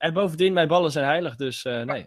En bovendien, mijn ballen zijn heilig, dus nee.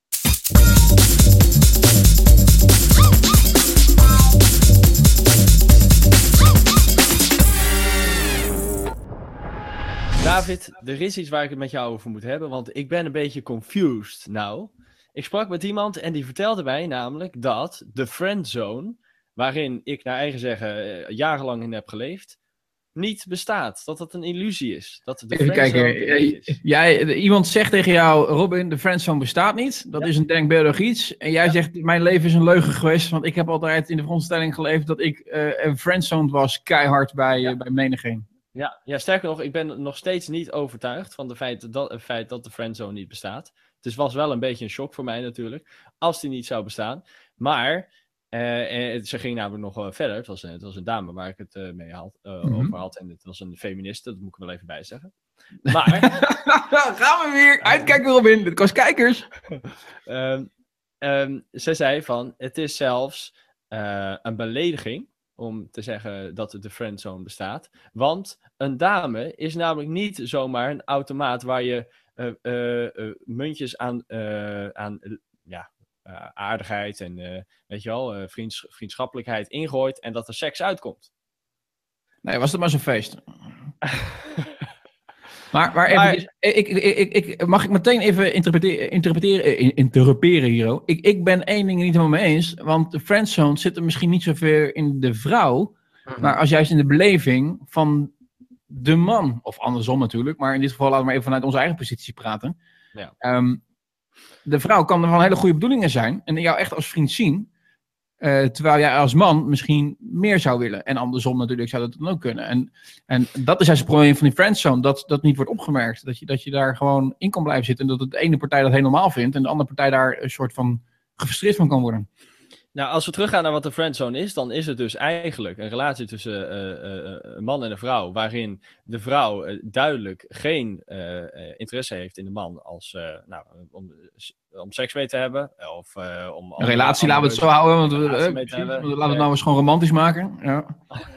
David, er is iets waar ik het met jou over moet hebben, want ik ben een beetje confused nou. Ik sprak met iemand en die vertelde mij namelijk dat de friendzone, waarin ik naar eigen zeggen jarenlang in heb geleefd, niet bestaat. Dat het een illusie is. Dat de Even kijken. Iemand zegt tegen jou, Robin, de friendzone bestaat niet. Dat is een denkbeeldig iets. En jij zegt, mijn leven is een leugen geweest, want ik heb altijd in de veronderstelling geleefd dat ik een friendzone was, keihard bij menigeen. Ja, sterker nog, ik ben nog steeds niet overtuigd van het feit dat de friendzone niet bestaat. Het was wel een beetje een shock voor mij natuurlijk, als die niet zou bestaan. Maar ze ging namelijk nog verder. Het was een dame waar ik het over had. En het was een feministe, dat moet ik er wel even bij zeggen. Maar... Gaan we weer uitkijken, Robin. Dit kost kijkers. Ze zei van, het is zelfs een belediging om te zeggen dat de friendzone bestaat. Want een dame is namelijk niet zomaar een automaat waar je muntjes aan aardigheid en weet je wel, vriendschappelijkheid ingooit en dat er seks uitkomt. Nee, was het maar zo'n feest. maar even, mag ik meteen even interpreteren hier? Ik ben één ding niet helemaal mee eens, want de friendzone zit er misschien niet zoveel in de vrouw, maar als juist in de beleving van de man, of andersom natuurlijk, maar in dit geval laten we maar even vanuit onze eigen positie praten. Ja. De vrouw kan er van hele goede bedoelingen zijn en jou echt als vriend zien, terwijl jij als man misschien meer zou willen. En andersom natuurlijk zou dat dan ook kunnen. En dat is juist het probleem van die friendzone, dat niet wordt opgemerkt. Dat je daar gewoon in kan blijven zitten en dat de ene partij dat heel normaal vindt en de andere partij daar een soort van gefrustreerd van kan worden. Nou, als we teruggaan naar wat de friendzone is, dan is het dus eigenlijk een relatie tussen een man en een vrouw, waarin de vrouw duidelijk geen interesse heeft in de man als, om seks mee te hebben. Of om een relatie, laten we het zo houden, want laten we het nou eens gewoon romantisch maken. Ja.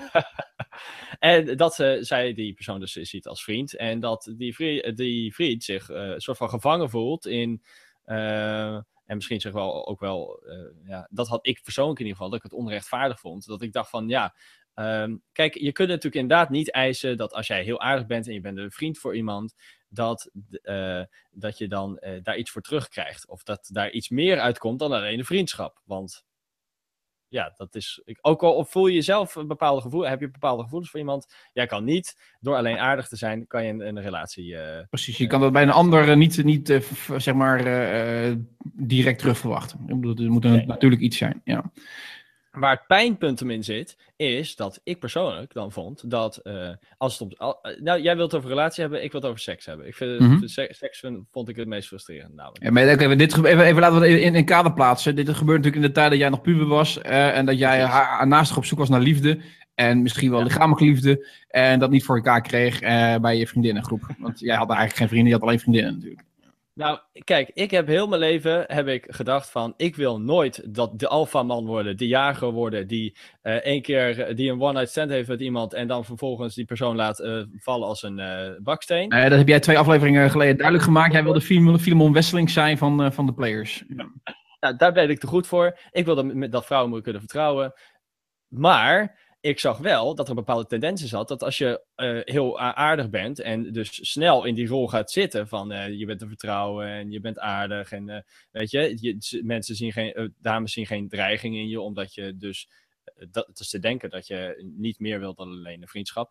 En dat zij die persoon dus ziet als vriend. En dat die vriend zich een soort van gevangen voelt in... En misschien zeg wel ook wel, dat had ik persoonlijk in ieder geval, dat ik het onrechtvaardig vond. Dat ik dacht van, kijk, je kunt natuurlijk inderdaad niet eisen dat als jij heel aardig bent en je bent een vriend voor iemand, dat je dan daar iets voor terugkrijgt. Of dat daar iets meer uitkomt dan alleen de vriendschap. Want ja, dat is... Ook al voel je jezelf een bepaalde gevoel, heb je bepaalde gevoelens voor iemand. Jij kan niet, door alleen aardig te zijn, kan je een relatie... Precies, je kan dat bij een ander niet zeg maar, direct terugverwachten. Ik bedoel, er moet natuurlijk iets zijn, ja. Waar het pijnpunt hem in zit, is dat ik persoonlijk dan vond dat als het jij wilt het over relatie hebben, ik wil het over seks hebben. Ik vind seks vond ik het meest frustrerend. Ja, maar even laten we het in een kader plaatsen. Dit gebeurt natuurlijk in de tijd dat jij nog puber was en dat jij naast op zoek was naar liefde en misschien wel lichamelijke liefde en dat niet voor elkaar kreeg bij je vriendinnengroep. Want jij had eigenlijk geen vrienden, je had alleen vriendinnen natuurlijk. Nou, kijk, ik heb heel mijn leven gedacht van, ik wil nooit de alfaman worden, de jager worden, die die een one-night stand heeft met iemand en dan vervolgens die persoon laat vallen als een baksteen. Dat heb jij 2 afleveringen geleden duidelijk gemaakt. Jij wilde Filemon Wesseling zijn van de players. Ja. Nou, daar ben ik te goed voor. Ik wil dat vrouwen me kunnen vertrouwen. Maar... ik zag wel dat er een bepaalde tendens in zat, dat als je heel aardig bent en dus snel in die rol gaat zitten van je bent te vertrouwen en je bent aardig en weet je, dames zien geen dreiging in je, omdat je dus, dat is te denken dat je niet meer wilt dan alleen een vriendschap.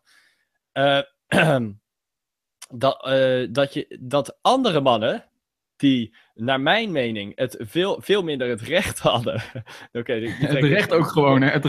Dat andere mannen, die naar mijn mening het veel minder het recht hadden. Het recht ook gewoon, hè? Het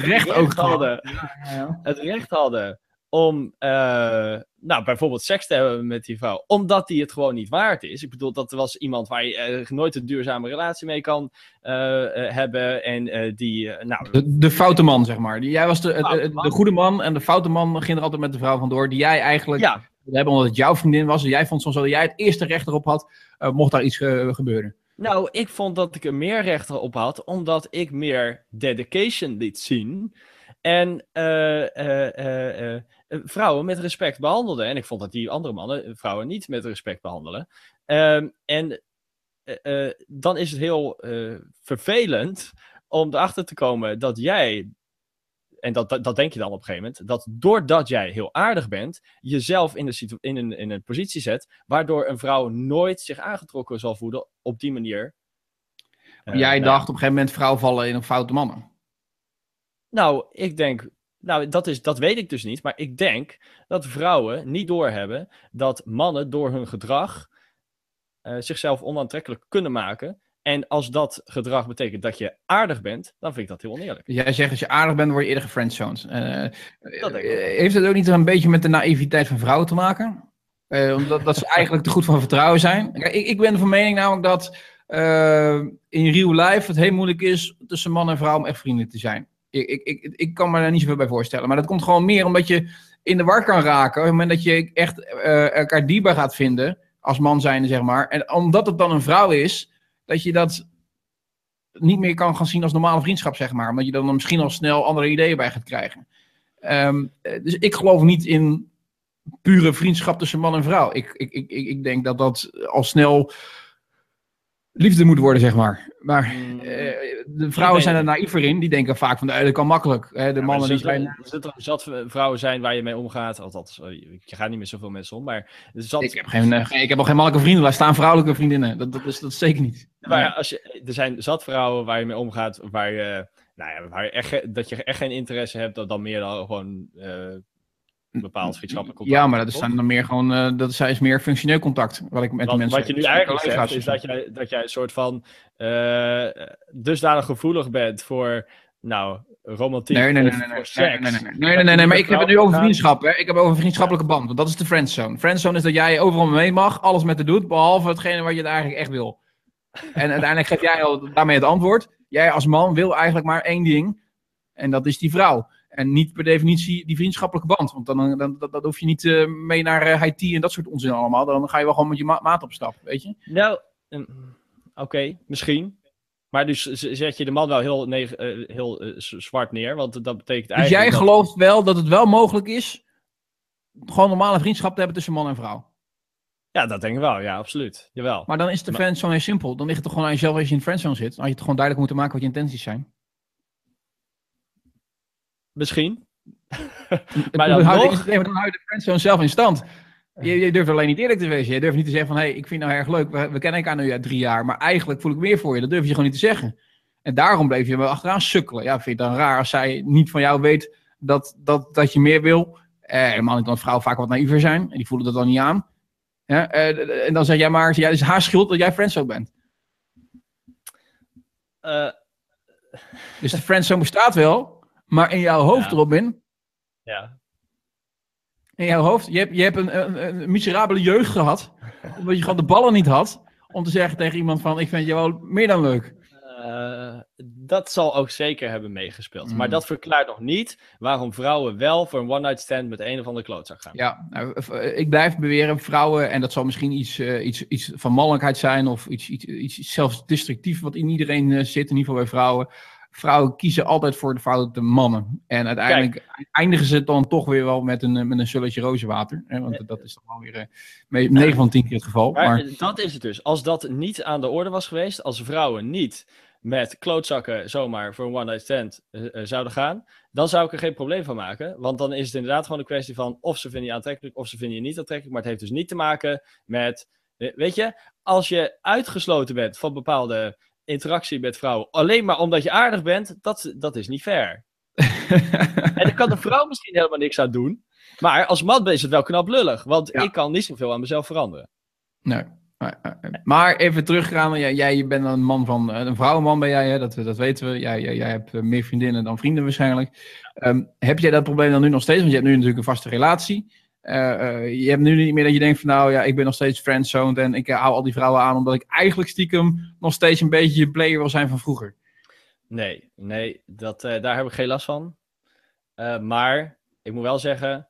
recht hadden om bijvoorbeeld seks te hebben met die vrouw, omdat die het gewoon niet waard is. Ik bedoel, dat was iemand waar je nooit een duurzame relatie mee kan hebben en die... De foute man, zeg maar. Jij was de goede man en de foute man ging er altijd met de vrouw vandoor, die jij eigenlijk... Ja. Hebben omdat het jouw vriendin was en jij vond soms dat jij het eerste recht erop had, mocht daar iets gebeuren. Nou, ik vond dat ik er meer recht op had, omdat ik meer dedication liet zien en vrouwen met respect behandelde. En ik vond dat die andere mannen vrouwen niet met respect behandelen. En dan is het heel vervelend om erachter te komen dat jij, en dat denk je dan op een gegeven moment, dat doordat jij heel aardig bent, jezelf in een positie zet, waardoor een vrouw nooit zich aangetrokken zal voelen op die manier. Jij dacht op een gegeven moment vrouwen vallen in op foute mannen. Nou, ik denk, dat weet ik dus niet, maar ik denk dat vrouwen niet doorhebben dat mannen door hun gedrag zichzelf onaantrekkelijk kunnen maken. En als dat gedrag betekent dat je aardig bent, dan vind ik dat heel oneerlijk. Jij zegt als je aardig bent, word je eerder gefriendzoned. Heeft het ook niet een beetje met de naïviteit van vrouwen te maken? Omdat ze eigenlijk te goed van vertrouwen zijn. Ik ben van mening namelijk dat in real life het heel moeilijk is tussen man en vrouw om echt vrienden te zijn. Ik kan me daar niet zoveel bij voorstellen. Maar dat komt gewoon meer omdat je in de war kan raken. Op het moment dat je echt elkaar dierbaar gaat vinden, als man zijnde zeg maar. En omdat het dan een vrouw is, dat je dat niet meer kan gaan zien als normale vriendschap, zeg maar. Omdat je dan misschien al snel andere ideeën bij gaat krijgen. Dus ik geloof niet in pure vriendschap tussen man en vrouw. Ik denk dat dat al snel liefde moet worden, zeg maar. Maar de vrouwen zijn er naïver in. Die denken vaak van, dat kan makkelijk. De mannen die zijn... Er zullen zat vrouwen zijn waar je mee omgaat. Althans, je gaat niet met zoveel mensen om. Maar ik heb al geen mannelijke vrienden. Daar staan vrouwelijke vriendinnen. Dat is zeker niet. Maar er zijn zat vrouwen waar je mee omgaat. Dat je echt geen interesse hebt. Dan meer dan gewoon... bepaald vriendschappelijk contact. Ja, maar dat is dan meer gewoon, dat is meer functioneel contact. Wat ik met de mensen. Wat je nu eigenlijk zegt, is dat jij een soort van dusdanig gevoelig bent voor, romantiek of seks. Nee, maar ik heb het nu over vriendschap. Hè? Ik heb over een vriendschappelijke band, want dat is de friendzone. Friendzone is dat jij overal mee mag, alles met de doet, behalve hetgene wat je het eigenlijk echt wil. En uiteindelijk geef jij al daarmee het antwoord. Jij als man wil eigenlijk maar één ding, en dat is die vrouw. En niet per definitie die vriendschappelijke band. Want dan hoef je niet mee naar high tea en dat soort onzin allemaal. Dan ga je wel gewoon met je maat op stap, weet je? Nou, oké, misschien. Maar dus zet je de man wel heel zwart neer. Want dat betekent dus eigenlijk... jij gelooft wel dat het wel mogelijk is gewoon normale vriendschap te hebben tussen man en vrouw? Ja, dat denk ik wel. Ja, absoluut. Jawel. Maar dan is de friendzone heel simpel. Dan ligt het toch gewoon aan jezelf als je in de friendzone zit. Dan had je het gewoon duidelijk moeten maken wat je intenties zijn. Misschien. Maar dan hou je de friendzone zelf in stand. Je durft alleen niet eerlijk te wezen. Je durft niet te zeggen van, hey, ik vind nou erg leuk. We kennen elkaar nu 3 jaar, maar eigenlijk voel ik meer voor je. Dat durf je gewoon niet te zeggen. En daarom bleef je wel achteraan sukkelen. Ja, vind je het dan raar als zij niet van jou weet dat je meer wil? Helemaal niet, want vrouwen vaak wat naïver zijn. En die voelen dat dan niet aan. Ja, en dan zeg jij maar, het is haar schuld dat jij friendzone bent. Dus de friendzone bestaat wel. Maar in jouw hoofd, Robin. Ja. In jouw hoofd. Je hebt een miserabele jeugd gehad. Omdat je gewoon de ballen niet had. Om te zeggen tegen iemand van, ik vind je wel meer dan leuk. Dat zal ook zeker hebben meegespeeld. Maar dat verklaart nog niet waarom vrouwen wel voor een one-night stand met een of andere klootzak gaan. Ja, ik blijf beweren, vrouwen, en dat zal misschien iets van mannelijkheid zijn. Of iets zelfdestructief wat in iedereen zit. In ieder geval bij vrouwen. Vrouwen kiezen altijd voor de foute mannen. En uiteindelijk eindigen ze dan toch weer wel met een sulletje rozenwater. Hè? Want dat is dan wel weer 9 van 10 keer het geval. Maar dat is het dus. Als dat niet aan de orde was geweest, als vrouwen niet met klootzakken zomaar voor een one-night stand zouden gaan, dan zou ik er geen probleem van maken. Want dan is het inderdaad gewoon een kwestie van of ze vinden je aantrekkelijk of ze vinden je niet aantrekkelijk. Maar het heeft dus niet te maken met, weet je, als je uitgesloten bent van bepaalde interactie met vrouwen, alleen maar omdat je aardig bent, dat is niet fair. En daar kan de vrouw misschien helemaal niks aan doen. Maar als man is het wel knap lullig. Want ik kan niet zoveel aan mezelf veranderen. Nee. Maar even teruggaan. Jij bent een vrouwenman ben jij, hè? Dat weten we. Jij hebt meer vriendinnen dan vrienden waarschijnlijk. Heb jij dat probleem dan nu nog steeds? Want je hebt nu natuurlijk een vaste relatie. Je hebt nu niet meer dat je denkt van ik ben nog steeds friendzoned en ik hou al die vrouwen aan omdat ik eigenlijk stiekem nog steeds een beetje player wil zijn van vroeger. Nee, daar heb ik geen last van. Maar ik moet wel zeggen,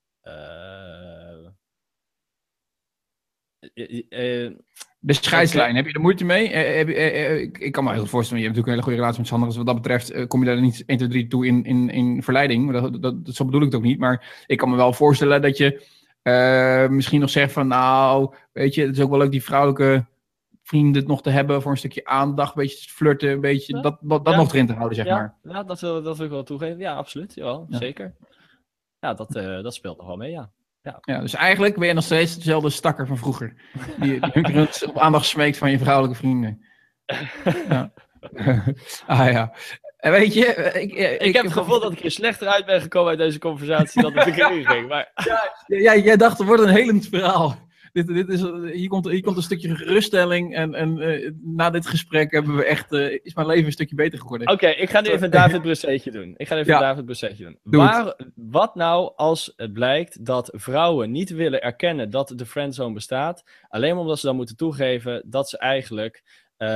de scheidslijn, heb je er moeite mee? Ik kan me heel goed voorstellen, je hebt natuurlijk een hele goede relatie met Sander. Dus wat dat betreft kom je daar niet 1, 2, 3 toe in verleiding. Zo bedoel ik het ook niet. Maar ik kan me wel voorstellen dat je Misschien nog zeggen van, nou, weet je, het is ook wel leuk die vrouwelijke vrienden nog te hebben voor een stukje aandacht, een beetje flirten, een beetje dat nog erin te houden, zeg maar. Ja, dat wil ik wel toegeven. Ja, absoluut. Jawel, Ja. Zeker. Ja, dat speelt nog wel mee, ja. Ja, dus eigenlijk ben je nog steeds dezelfde stakker van vroeger. Die hunkerend op aandacht smeekt van je vrouwelijke vrienden. Ja. Ja. En weet je... Ik heb het gevoel dat ik hier slechter uit ben gekomen uit deze conversatie dan dat ik erin ging. Maar... Ja, jij dacht, het wordt een helend verhaal. Hier komt een stukje geruststelling. En na dit gesprek hebben we echt, is mijn leven een stukje beter geworden. Oké, ik ga nu even een David Brusseetje doen. Wat nou als het blijkt dat vrouwen niet willen erkennen dat de friendzone bestaat, alleen omdat ze dan moeten toegeven dat ze eigenlijk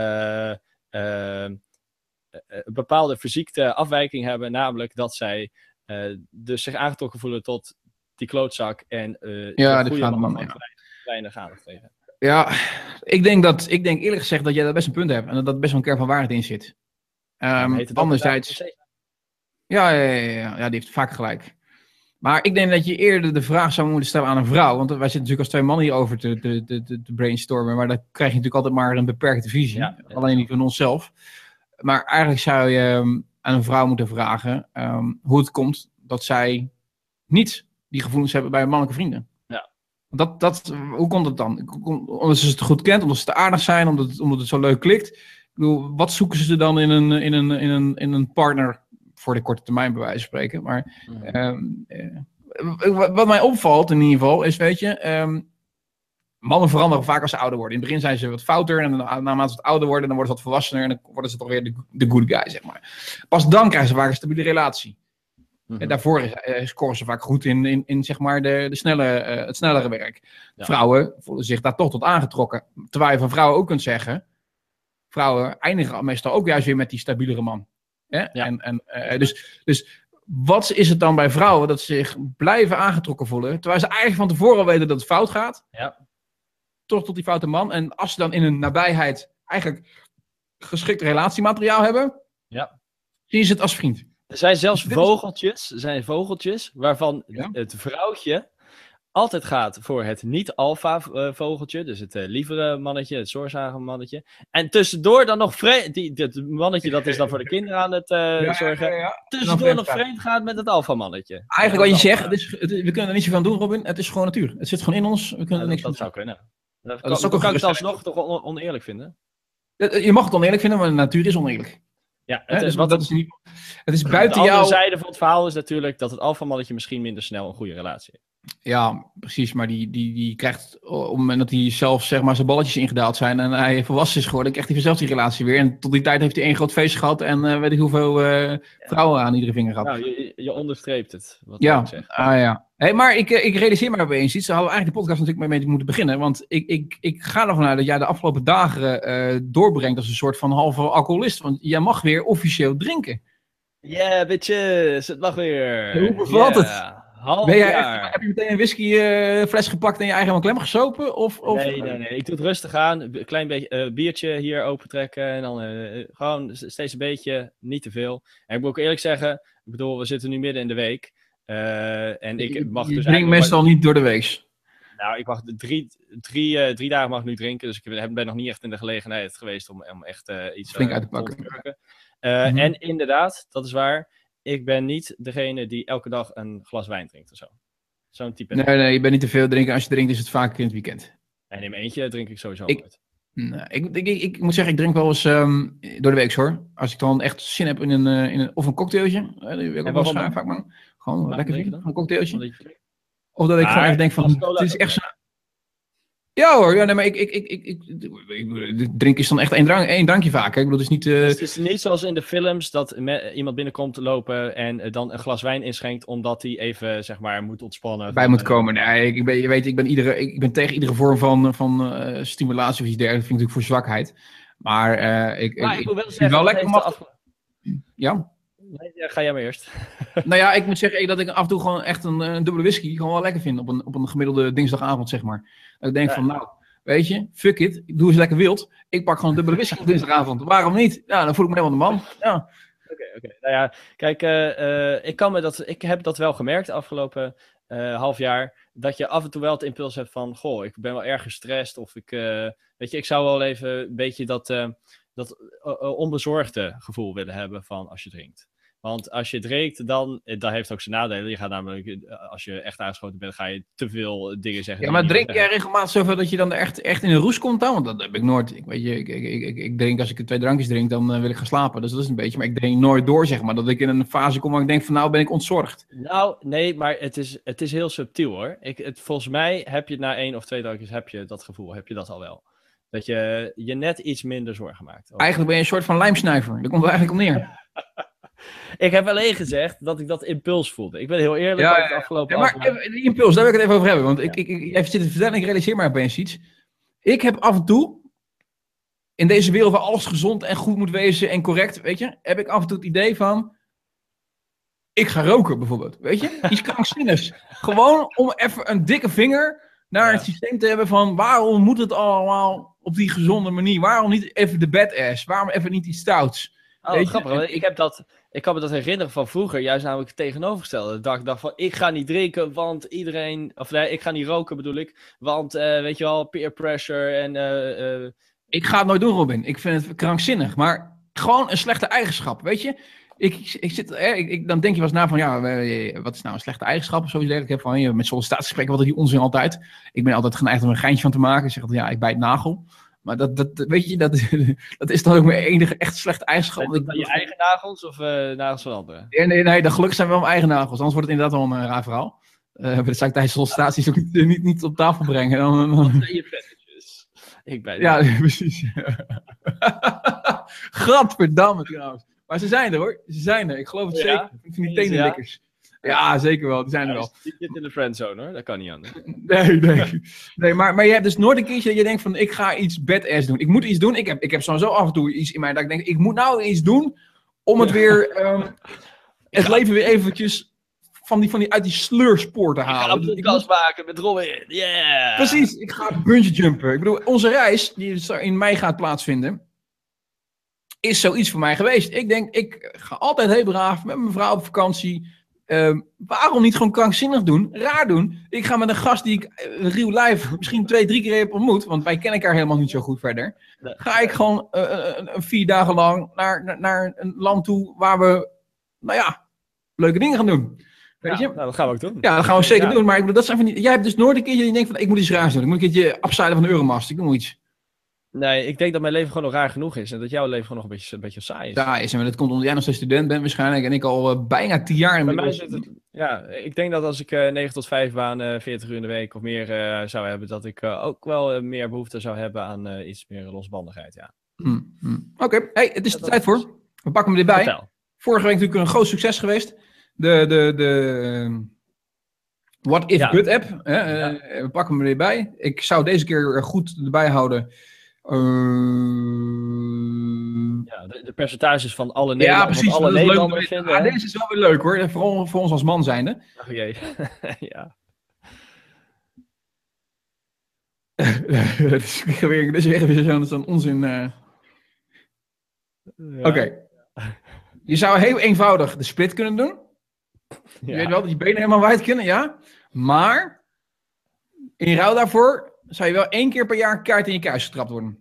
een bepaalde fysieke afwijking hebben, namelijk dat zij dus zich aangetrokken voelen tot die klootzak en de goede man weinig aandacht tegen. Ja, ik denk eerlijk gezegd dat jij daar best een punt hebt en dat best wel een kern van waarheid in zit. Anderzijds... Ja, die heeft vaak gelijk. Maar ik denk dat je eerder de vraag zou moeten stellen aan een vrouw. Want wij zitten natuurlijk als twee mannen hierover te brainstormen. Maar dan krijg je natuurlijk altijd maar een beperkte visie. Ja. Alleen niet van onszelf. Maar eigenlijk zou je aan een vrouw moeten vragen hoe het komt dat zij niet die gevoelens hebben bij mannelijke vrienden. Ja. Hoe komt dat dan? Omdat ze het goed kent, omdat ze te aardig zijn, omdat het zo leuk klikt. Ik bedoel, wat zoeken ze dan in een partner voor de korte termijn, bij wijze van spreken. Maar wat mij opvalt in ieder geval is, weet je, mannen veranderen vaak als ze ouder worden. In het begin zijn ze wat fouter en naarmate ze wat ouder worden, dan worden ze wat volwassener en dan worden ze toch weer de good guy, zeg maar. Pas dan krijgen ze vaak een stabiele relatie. En daarvoor scoren ze vaak goed in zeg maar het snellere werk. Ja. Vrouwen voelen zich daar toch tot aangetrokken. Terwijl je van vrouwen ook kunt zeggen, vrouwen eindigen meestal ook juist weer met die stabielere man. Ja? Dus wat is het dan bij vrouwen dat ze zich blijven aangetrokken voelen, terwijl ze eigenlijk van tevoren al weten dat het fout gaat, toch tot die foute man. En als ze dan in hun nabijheid eigenlijk geschikt relatiemateriaal hebben, zien ze het als vriend. Er zijn zelfs vogeltjes waarvan het vrouwtje altijd gaat voor het niet-alfa vogeltje, dus het lievere mannetje, het zorgzame mannetje. En tussendoor dan nog het mannetje dat is dan voor de kinderen aan het zorgen. Ja. Tussendoor nog vreemd gaat met het alfa mannetje. Eigenlijk wat je zegt, we kunnen er niet zoveel aan doen, Robin. Het is gewoon natuur. Het zit gewoon in ons. We kunnen er niks dat zou kunnen. Dat kan ik het alsnog toch oneerlijk vinden? Je mag het oneerlijk vinden, maar de natuur is oneerlijk. Ja, het is buiten jou. De andere zijde van het verhaal is natuurlijk dat het alfamannetje misschien minder snel een goede relatie heeft. Ja, precies. Maar die krijgt, op het moment dat hij zelf zeg maar zijn balletjes ingedaald zijn en hij volwassen is geworden, krijgt hij vanzelf die relatie weer. En tot die tijd heeft hij één groot feest gehad en weet ik hoeveel vrouwen aan iedere vinger gehad. Nou, je onderstreept het. Wat ja, ik zeg. Ja. Hey, maar ik realiseer me opeens iets. Daar hadden we eigenlijk de podcast natuurlijk mee moeten beginnen. Want ik ga ervan uit dat jij de afgelopen dagen doorbrengt als een soort van halve alcoholist. Want jij mag weer officieel drinken. Ja, bitches. Het mag weer. Hoe bevalt het? Heb je meteen een whiskyfles gepakt en je eigen klem gesopen? Nee. Ik doe het rustig aan. Een klein beetje biertje hier opentrekken. En dan gewoon steeds een beetje, niet te veel. En ik moet ook eerlijk zeggen, ik bedoel, we zitten nu midden in de week. En ik mag dus drink meestal niet door de week. Nou, ik mag drie dagen mag ik nu drinken. Dus ik ben nog niet echt in de gelegenheid geweest om echt iets flink uit te pakken. En inderdaad, dat is waar. Ik ben niet degene die elke dag een glas wijn drinkt of zo. Zo'n type. Nee, je bent niet te veel drinken. Als je drinkt is het vaak in het weekend. En in mijn eentje drink ik sowieso nooit. Ik moet zeggen, ik drink wel eens door de week hoor. Als ik dan echt zin heb in een cocktailtje. Die wil ik ook wel eens vaak man. Gewoon lekker drinken. Een cocktailtje. Of dat ik gewoon even denk van, het is echt zo. Ja hoor, maar ik drink is dan echt één drankje vaak. Hè? Ik bedoel, het is niet zoals in de films dat iemand binnenkomt lopen en dan een glas wijn inschenkt omdat hij even, zeg maar, moet ontspannen. Bij moet komen. Nee, ik ben tegen iedere vorm van stimulatie of iets dergelijks. Dat vind ik natuurlijk voor zwakheid. Maar ik wil wel zeggen, wel lekker Ja? Nee, ga jij maar eerst. Nou ja, ik moet zeggen dat ik af en toe gewoon echt een dubbele whisky gewoon wel lekker vind op een gemiddelde dinsdagavond, zeg maar. Dat ik denk van, nou, weet je, fuck it, ik doe eens lekker wild. Ik pak gewoon een dubbele whisky op dinsdagavond. Waarom niet? Ja, dan voel ik me helemaal de man. Ja. Oké. Nou ja, kijk, ik heb dat wel gemerkt de afgelopen half jaar, dat je af en toe wel het impuls hebt van, goh, ik ben wel erg gestrest, of weet je, ik zou wel even een beetje dat onbezorgde gevoel willen hebben van als je drinkt. Want als je drinkt, dan, dat heeft ook zijn nadelen. Je gaat namelijk, als je echt aangeschoten bent, ga je te veel dingen zeggen. Ja, maar drink jij regelmatig zoveel dat je dan echt in een roes komt dan? Want dat heb ik nooit. Ik drink, als ik 2 drankjes drink, dan wil ik gaan slapen. Dus dat is een beetje, maar ik drink nooit door, zeg maar. Dat ik in een fase kom waar ik denk van, nou ben ik ontzorgd. Nou, nee, maar het is heel subtiel hoor. Volgens mij heb je na 1 of 2 drankjes, heb je dat gevoel, heb je dat al wel. Dat je net iets minder zorgen maakt. Eigenlijk ben je een soort van lijmsnuiver. Daar komt het eigenlijk op neer. Ik heb alleen gezegd dat ik dat impuls voelde. Ik ben heel eerlijk over het afgelopen maar die impuls, daar wil ik het even over hebben. Want ik even zitten vertellen, ik realiseer me opeens iets. Ik heb af en toe, in deze wereld waar alles gezond en goed moet wezen en correct, weet je, heb ik af en toe het idee van, ik ga roken bijvoorbeeld, weet je? Iets krankzinnigs. Gewoon om even een dikke vinger naar het systeem te hebben van, waarom moet het allemaal op die gezonde manier? Waarom niet even de badass? Waarom even niet iets stouts? Oh, grappig. Ik kan me dat herinneren van vroeger, juist namelijk het tegenovergestelde. Dat ik dacht van, ik ga niet drinken, want iedereen... Of nee, ik ga niet roken bedoel ik. Want, weet je wel, peer pressure en... Ik ga het nooit doen, Robin. Ik vind het krankzinnig. Maar gewoon een slechte eigenschap, weet je? Dan denk je wel eens na van, ja, wat is nou een slechte eigenschap of zoiets dergelijks. Ik heb van, met sollicitatiegesprekken, wat is die onzin altijd. Ik ben altijd geneigd om een geintje van te maken. Ik zeg altijd, ja, ik bijt nagel. Maar weet je, dat is dan ook mijn enige echt slechte eigenschap. Je eigen nagels of nagels van anderen? Nee, de gelukkig zijn wel mijn eigen nagels. Anders wordt het inderdaad wel een raar verhaal. Dat zou ik tijdens sollicitaties ook niet op tafel brengen. Wat zijn je fetishes? Ik ben ja, precies. Gadverdamme trouwens. Maar ze zijn er hoor. Ze zijn er. Ik geloof het zeker. Ik vind die tenenlikkers. Ja, zeker wel. Die zijn er wel. Je zit in de friendzone hoor. Dat kan niet anders. Nee, maar je hebt dus nooit een keertje dat je denkt van, ik ga iets badass doen. Ik moet iets doen. Ik heb sowieso af en toe iets in mij dat ik denk, ik moet nou iets doen om het weer, het leven weer eventjes van die uit die sleurspoor te halen. Ik ga een podcast maken met Robin. Yeah! Precies. Ik ga bungee jumpen. Ik bedoel, onze reis, die in mei gaat plaatsvinden, is zoiets voor mij geweest. Ik denk, ik ga altijd heel braaf met mijn vrouw op vakantie. Waarom niet gewoon krankzinnig doen? Raar doen. Ik ga met een gast die ik real life misschien 2-3 keer heb ontmoet. Want wij kennen elkaar helemaal niet zo goed verder. Ga ik gewoon 4 dagen lang naar een land toe waar we, nou ja, leuke dingen gaan doen. Weet je? Nou, dat gaan we ook doen. Ja, dat gaan we zeker doen. Maar ik bedoel, dat zijn van die, jij hebt dus nooit een keertje die denkt van, ik moet iets raars doen. Ik moet een keertje upsiden van de Euromast. Ik doe iets. Nee, ik denk dat mijn leven gewoon nog raar genoeg is. En dat jouw leven gewoon nog een beetje saai is. Saai is. En dat komt omdat jij nog steeds student bent waarschijnlijk. En ik al bijna 10 jaar. Bij mij zit het, ja, ik denk dat als ik 9 tot 5 baan, 40 uur in de week of meer zou hebben, dat ik ook wel meer behoefte zou hebben aan iets meer losbandigheid, ja. Oké, hey, het is de tijd voor. We pakken hem erbij. Vertel. Vorige week natuurlijk een groot succes geweest. De What If Good app. We pakken hem erbij. Ik zou deze keer goed erbij houden. Ja, de percentages van alle Nederlanders. Ja, precies. Alle Nederlanders vinden. Ja, deze is wel weer leuk hoor. Vooral voor ons als man zijnde. Oh jee. Ja. Dit is weer zo'n onzin. Ja. Oké. Je zou heel eenvoudig de split kunnen doen. Je weet wel dat je benen helemaal wijd kunnen, ja. Maar in ruil daarvoor zou je wel 1 keer per jaar een kaart in je kuis getrapt worden.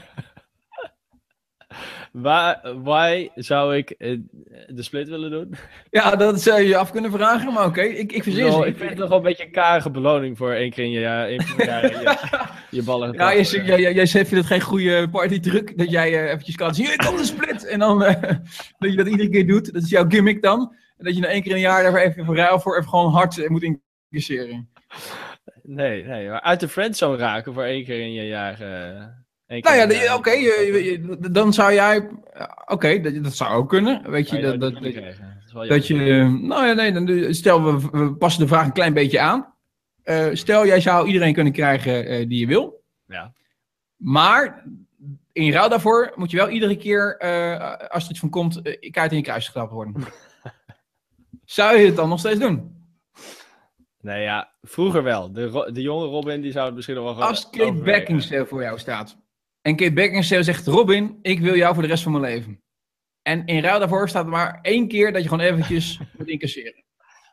Why zou ik de split willen doen? Ja, dat zou je je af kunnen vragen, maar oké. Ik verzin ze. Ik vind het nog wel een beetje een karige beloning voor 1 keer in je jaar je ballen. Ja, jij vindt het geen goede partytruc, dat jij eventjes kan zien, hier komt de split! En dan dat je dat iedere keer doet, dat is jouw gimmick dan. En dat je na 1 keer in een jaar daarvoor even voor ruil voor even gewoon hard moet incasseren. Nee, maar uit de friendzone raken voor 1 keer in je jaar. Nou ja, oké, dan zou jij... Oké, dat zou ook kunnen. Weet je, dat je... Nou ja, nee, dan, stel we passen de vraag een klein beetje aan. Stel, jij zou iedereen kunnen krijgen die je wil. Ja. Maar in ruil daarvoor moet je wel iedere keer, als er iets van komt, kaart in je kruis getrapt worden. Zou je het dan nog steeds doen? Nee, ja, vroeger wel. De jonge Robin, die zou het misschien nog wel gewoon... Als Kate Beckinsale voor jou staat. En Kate Beckinsale zegt, Robin, ik wil jou voor de rest van mijn leven. En in ruil daarvoor staat er maar 1 keer dat je gewoon eventjes moet incasseren.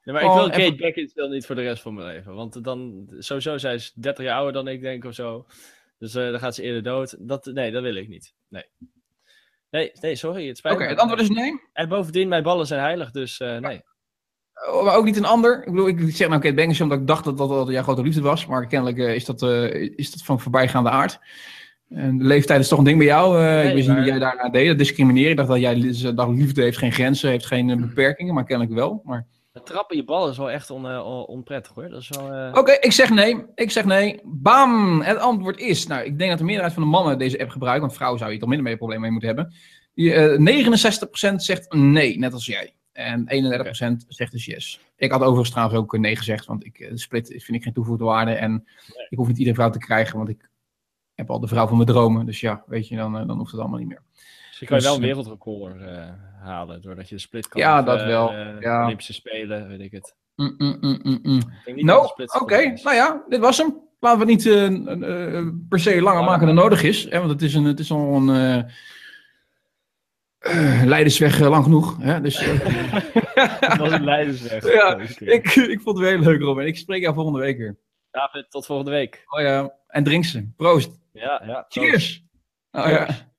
Nee, maar ik wil Kate Beckinsale niet voor de rest van mijn leven. Want dan, sowieso, zij is 30 jaar ouder dan ik denk of zo. Dus dan gaat ze eerder dood. Nee, dat wil ik niet. Nee, sorry, het spijt me. Oké, het antwoord is nee? En bovendien, mijn ballen zijn heilig, dus nee. Maar ook niet een ander. Ik bedoel, ik zeg nou Kate Beckinsale omdat ik dacht dat jouw grote liefde was. Maar kennelijk is dat van voorbijgaande aard. En de leeftijd is toch een ding bij jou. Ik wist niet dat jij daarna deed. Dat discrimineren. Ik dacht dat jij dacht, liefde heeft geen grenzen, heeft geen beperkingen. Maar kennelijk wel. Maar... Het trappen je ballen is wel echt onprettig hoor. Dat is wel... Oké, ik zeg nee. Bam! Het antwoord is... Nou, ik denk dat de meerderheid van de mannen deze app gebruiken. Want vrouwen zou je toch minder mee problemen mee moeten hebben. 69% zegt nee, net als jij. En 31% zegt dus yes. Ik had overigens trouwens ook nee gezegd. Want de split vind ik geen toegevoegde waarde. En ik hoef niet iedere vrouw te krijgen. Want ik heb al de vrouw van mijn dromen. Dus ja, weet je, dan hoeft het allemaal niet meer. Dus je kan wel een wereldrecord halen. Doordat je de split kan. Ja, dat wel. Olympische Spelen, weet ik het. Oké. Nou ja, dit was hem. Laten we het niet per se langer maken dan nodig is. Hè, want het is al een... Leidersweg lang genoeg. Hè? Dus, dat was een Leidersweg. Ja, ik vond het heel leuk, Robin. Ik spreek jou volgende week weer. David, tot volgende week. Oh ja, en drink ze. Proost. Ja. Cheers. Oh ja.